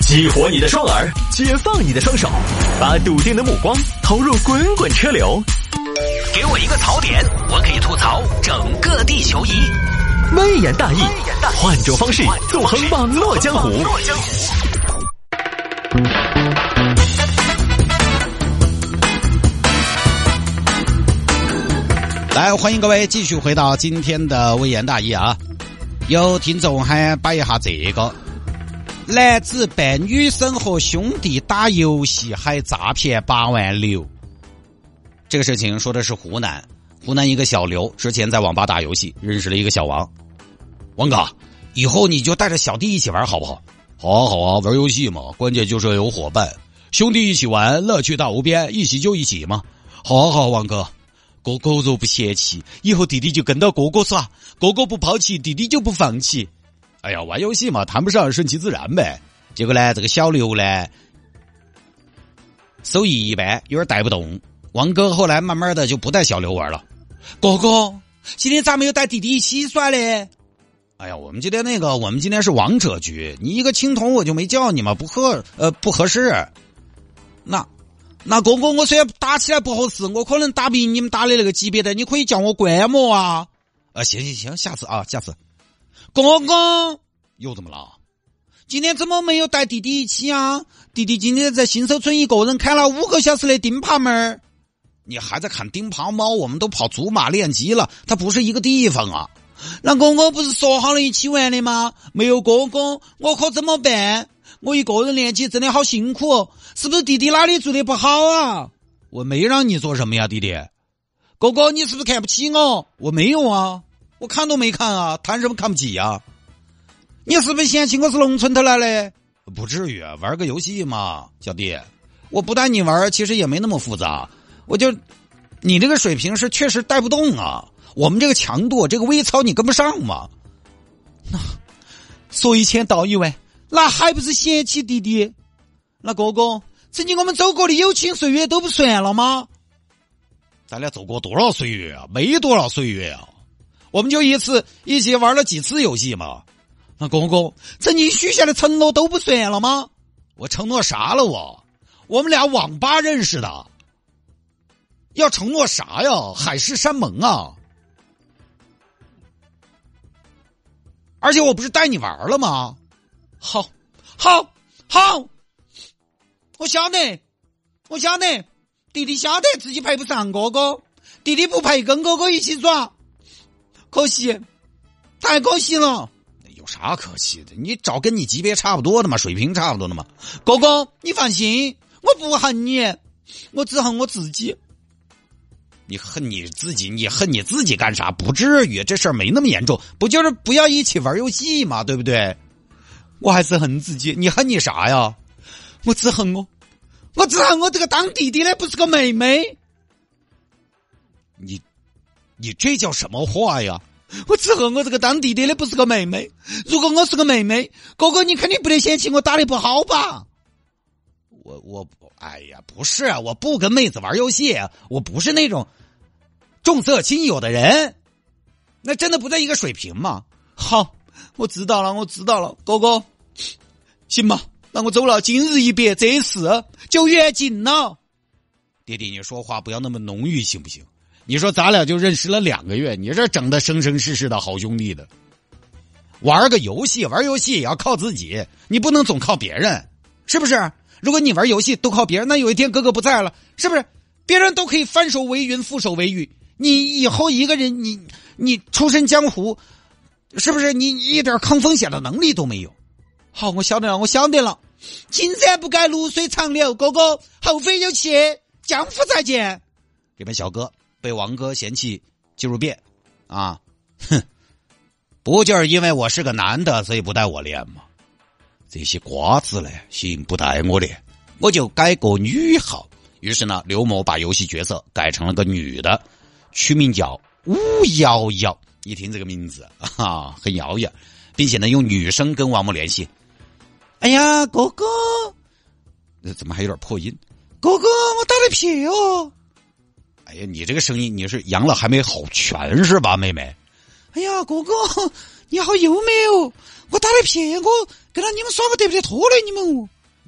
激活你的双耳，解放你的双手，把笃定的目光投入滚滚车流。 给我一个槽点，我可以吐槽整个地球仪。 微言大义，换种方式纵横网络江湖。 来，欢迎各位继续回到今天的微言大义啊！有听众还摆一下这个。男子被女生和兄弟打游戏还诈骗8万6。这个事情说的是湖南一个小刘之前在网吧打游戏认识了一个小王。王哥，以后你就带着小弟一起玩好不好？好啊，玩游戏嘛，关键就是有伙伴，兄弟一起玩，乐趣大无边，一起就一起嘛。好，王哥，哥哥若不嫌弃，以后弟弟就跟到哥哥耍，哥哥不抛弃，弟弟就不放弃。哎呀，玩游戏嘛，谈不上顺其自然呗。结果呢，这个小刘呢，手艺一般，有点带不动。王哥后来慢慢的就不带小刘玩了。哥哥，今天咋没有带弟弟一起耍嘞？哎呀，我们今天是王者局，你一个青铜我就没叫你嘛，不合适。那哥哥，我虽然打起来不合适，我可能打不赢你们打的那个级别的，你可以叫我观摩啊。行，下次。哥哥，又怎么了？今天怎么没有带弟弟一起啊？弟弟今天在新手村一个人开了5个小时的钉耙门。你还在看钉耙猫？我们都跑祖玛练级了，它不是一个地方啊。那哥哥不是说好了一起玩的吗？没有哥哥，我可怎么办？我一个人练级真的好辛苦，是不是弟弟哪里做的不好啊？我没让你做什么呀，弟弟。哥哥，你是不是看不起我？我没有啊。我看都没看啊，谈什么看不起啊？你是不是嫌弃我是农村头来的？不至于，玩个游戏嘛，小弟。我不带你玩，其实也没那么复杂。你这个水平是确实带不动啊。我们这个强度，这个微操你跟不上嘛。说一千道一万，那还不是嫌弃弟弟？那哥哥，曾经我们走过的友情岁月都不算了吗？咱俩走过多少岁月啊？没多少岁月啊。我们就一起玩了几次游戏嘛。那公公，曾经许下的承诺都不算了吗？我承诺啥了我们俩网吧认识的，要承诺啥呀？海誓山盟啊！而且我不是带你玩了吗？好，我晓得，弟弟晓得自己配不上哥哥，弟弟不配跟哥哥一起耍。可惜，太可惜了。有啥可惜的？你找跟你级别差不多的嘛，水平差不多的嘛。哥哥，你放心，我不恨你，我只恨我自己。你恨你自己，你恨你自己干啥？不至于，这事儿没那么严重，不就是不要一起玩游戏嘛，对不对？我还是恨自己，你恨你啥呀？我只恨我这个当弟弟的不是个妹妹。你这叫什么话呀？我只恨我这个当弟弟的不是个妹妹。如果我是个妹妹，哥哥你肯定不得嫌弃我打得不好吧？哎呀，不是啊，我不跟妹子玩游戏，我不是那种重色轻友的人，那真的不在一个水平嘛。好，我知道了，哥哥，行吧，那我走了，今日一别，这事就缘尽了。弟弟，你说话不要那么浓郁行不行？你说咱俩就认识了2个月，你这整的生生世世的好兄弟的。玩游戏也要靠自己，你不能总靠别人，是不是？如果你玩游戏都靠别人，那有一天哥哥不在了，是不是？别人都可以翻手为云，覆手为雨，你以后一个人，你出身江湖，是不是？你一点抗风险的能力都没有。好，我晓得了。青山不改，绿水长流，哥哥后会有期，江湖再见。这边小哥被王哥嫌弃技术变啊，不就是因为我是个男的，所以不带我练吗？这些瓜子呢，行，不带我练，我就改个女号。于是呢，刘某把游戏角色改成了个女的，取名叫吴瑶瑶。一听这个名字啊，很摇呀，并且呢，用女声跟王某联系。哎呀，哥哥，怎么还有点破音？哥哥，我打的屁哦。哎呀，你这个声音你是阳了还没好全是吧，妹妹？哎呀，哥哥，你好优美哦！我打的屁，我跟到你们耍个得不得脱了你们哦？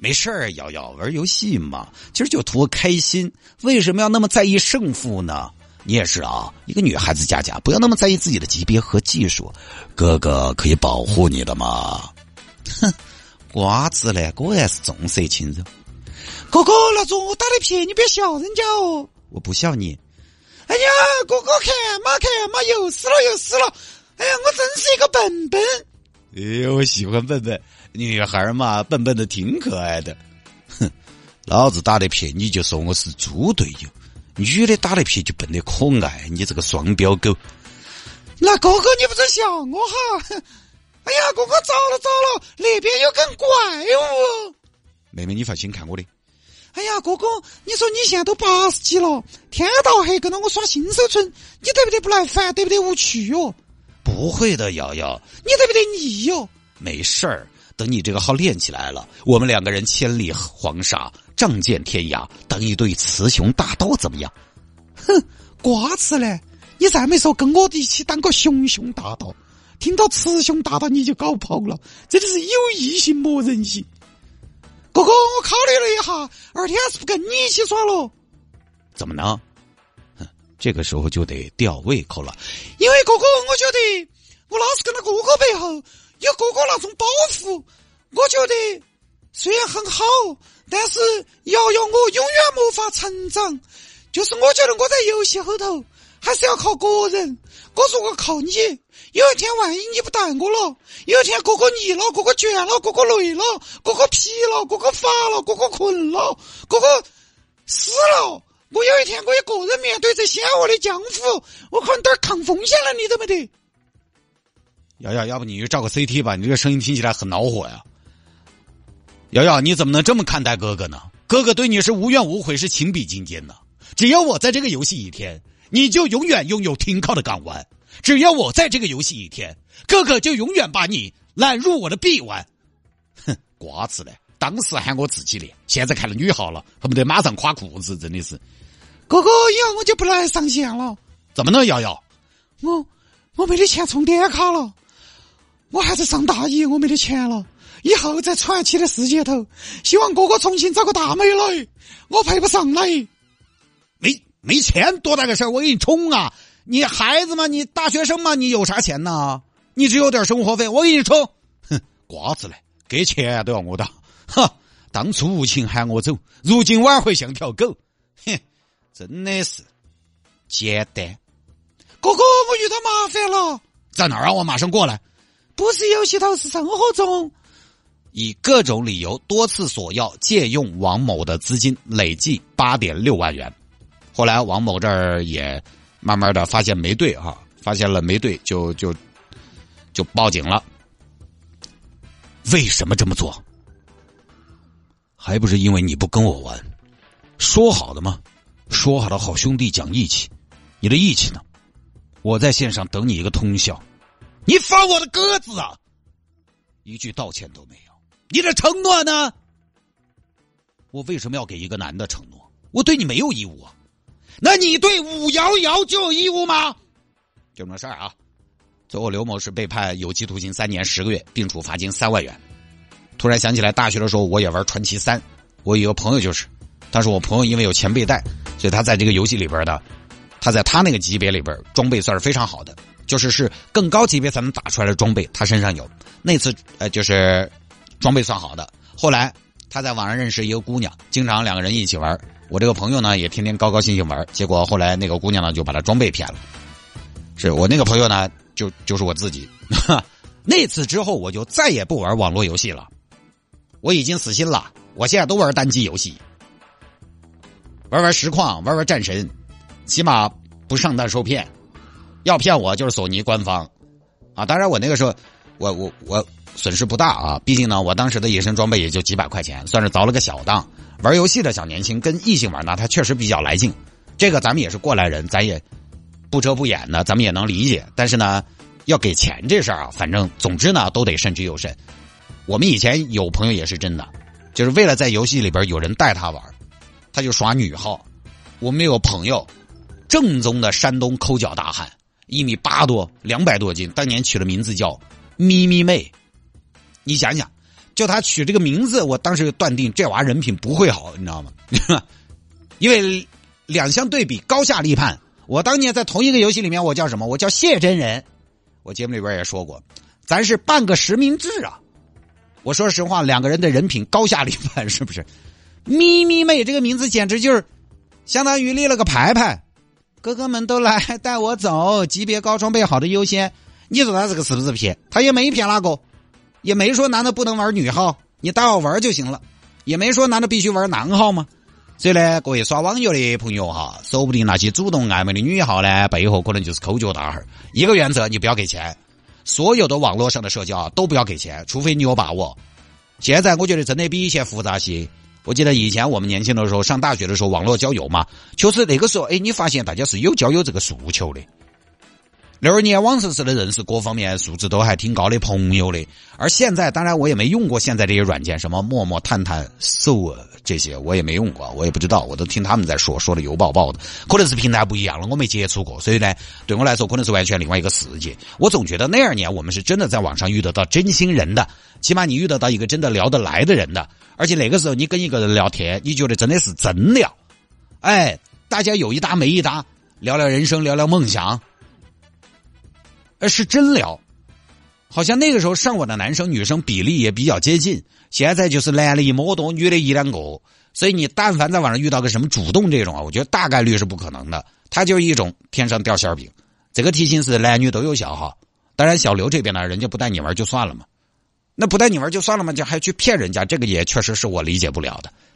没事儿，瑶瑶玩游戏嘛，其实就图开心，为什么要那么在意胜负呢？你也是啊，一个女孩子家家不要那么在意自己的级别和技术，哥哥可以保护你的嘛。哼，瓜子嘞，果然是重色轻友。哥哥，老总，我打的屁，你别笑人家哦。我不笑你。哎呀，哥哥看嘛，又死了。哎呀，我真是一个笨笨。哎，我喜欢笨笨，女孩嘛，笨笨的挺可爱的。哼，老子打的屁，你就说我是猪队友；女的打的屁就笨得可爱，你这个双标狗。那哥哥，你不准笑我哈！哎呀，哥哥糟了，那边有根怪物。妹妹，你放心看我的。哎呀，哥哥，你说你现在都80几了，天到黑跟着我耍新手村，你对不对不来烦，对不对无趣哦？不会的，瑶瑶，你对不对腻哦？没事儿，等你这个号练起来了，我们2个人千里黄沙，仗剑天涯，当一对雌雄大盗怎么样？哼，瓜子嘞，你再没说跟我一起当个雄大盗，听到雌雄大盗你就搞跑了，真的是有异性没人性。哥哥，我考虑了一下，2天是不跟你一起耍了。怎么呢？这个时候就得吊胃口了，因为哥哥，我觉得我老是跟他哥哥背后有哥哥那种包袱，我觉得虽然很好，但是瑶瑶我永远没法成长。就是我觉得我在游戏后头还是要靠个人，我如果靠你，有一天万一你不带我了，有一天哥哥腻了，哥哥倦了，哥哥累了，哥哥疲了，哥哥乏了，哥哥困了，哥哥死了，我有一天我一个人面对这险恶的江湖，我可能点抗风险了，你都没得。瑶瑶，要不你去照个 CT 吧，你这个声音听起来很恼火呀。瑶瑶，你怎么能这么看待哥哥呢？哥哥对你是无怨无悔，是情比金坚的。只要我在这个游戏一天，你就永远拥有停靠的港湾；只要我在这个游戏一天，哥哥就永远把你揽入我的臂弯。哼，瓜子嘞！当时喊我自己练，现在看了女号了，恨不得马上垮裤子，真的是。哥哥，以后我就不来上线了。怎么呢，瑶瑶？我没得钱充点卡了，我还在上大一，我没得钱了。以后在传奇的世界头，希望哥哥重新找个大妹来，我配不上来。没钱多大个事儿，我给你充啊！你孩子嘛，你大学生嘛，你有啥钱呢？你只有点生活费，我给你充。哼，瓜子嘞，给钱都要我打。哈，当初无情喊我走，如今挽回像条狗。哼，真的是简单。哥哥，我遇到麻烦了。在哪儿啊？我马上过来。不是游戏头，是生活中。以各种理由多次索要借用王某的资金，累计8.6万元。后来王某这儿也慢慢的发现没对啊，发现了没对就报警了。为什么这么做？还不是因为你不跟我玩，说好的吗？说好的好兄弟讲义气，你的义气呢？我在线上等你一个通宵，你放我的鸽子啊！一句道歉都没有。你的承诺呢？我为什么要给一个男的承诺？我对你没有义务啊。那你对511就有义务吗？就这么事儿啊。最后刘某是被判有期徒刑3年10个月，并处罚金3万元。突然想起来大学的时候我也玩传奇3，我有一个朋友就是，但是我朋友因为有前辈带，所以他在这个游戏里边的，他在他那个级别里边装备算是非常好的，就是更高级别才能打出来的装备他身上有。那次就是装备算好的。后来他在网上认识一个姑娘，经常2个人一起玩，我这个朋友呢也天天高高兴兴玩，结果后来那个姑娘呢就把他装备骗了。是我那个朋友呢就是我自己。那次之后我就再也不玩网络游戏了，我已经死心了，我现在都玩单机游戏，玩实况，玩战神，起码不上当受骗。要骗我就是索尼官方啊。当然我那个时候我损失不大啊，毕竟呢我当时的野生装备也就几百块钱，算是凿了个小当。玩游戏的小年轻跟异性玩呢，他确实比较来劲，这个咱们也是过来人，咱也不遮不掩的，咱们也能理解。但是呢要给钱这事儿啊，反正总之呢都得慎之又慎。我们以前有朋友也是真的，就是为了在游戏里边有人带他玩，他就耍女号。我们有朋友正宗的山东抠脚大汉，1.8米多，200多斤，当年取了名字叫咪咪妹。你想想， 就他取这个名字，我当时就断定这娃人品不会好，你知道吗？因为两相对比，高下立判。我当年在同一个游戏里面，我叫什么？我叫谢真人。我节目里边也说过，咱是半个实名制啊。我说实话，两个人的人品高下立判，是不是？咪咪妹这个名字简直就是相当于立了个牌牌，哥哥们都来带我走，级别高装备好的优先。你说他这个是不是骗？他也没骗哪个，也没说男的不能玩女号，你带我玩就行了，也没说男的必须玩男号吗？所以呢，各位刷网游的朋友哈，说不定那些主动暧昧的女号呢，背后可能就是抠脚大汉。一个原则，你不要给钱，所有的网络上的社交都不要给钱，除非你有把握。现在我觉得真的比以前复杂些。我记得以前我们年轻的时候，上大学的时候，网络交友嘛，就是那个时候，你发现大家是有交友这个诉求的。62年网上式的认识各方面素质都还挺高的朋友的，而现在当然我也没用过现在这些软件，什么陌陌、探探、搜这些我也没用过，我也不知道，我都听他们在说的油爆爆的，可能是平台不一样了，我没接触过，所以呢，对我来说可能是完全另外一个世界。我总觉得62年我们是真的在网上遇得到真心人的，起码你遇得到一个真的聊得来的人的，而且那个时候你跟一个人聊天，你觉得真的是真聊，大家有一搭没一搭，聊聊人生，聊聊梦想。是真聊，好像那个时候上网的男生女生比例也比较接近，现在就是男的一摸多，女的一两个，所以你但凡在网上遇到个什么主动这种我觉得大概率是不可能的，它就是一种天上掉馅饼。这个提醒是男女都有效哈。当然小刘这边呢，人家不带你玩就算了嘛，那不带你玩就算了嘛，就还去骗人家，这个也确实是我理解不了的。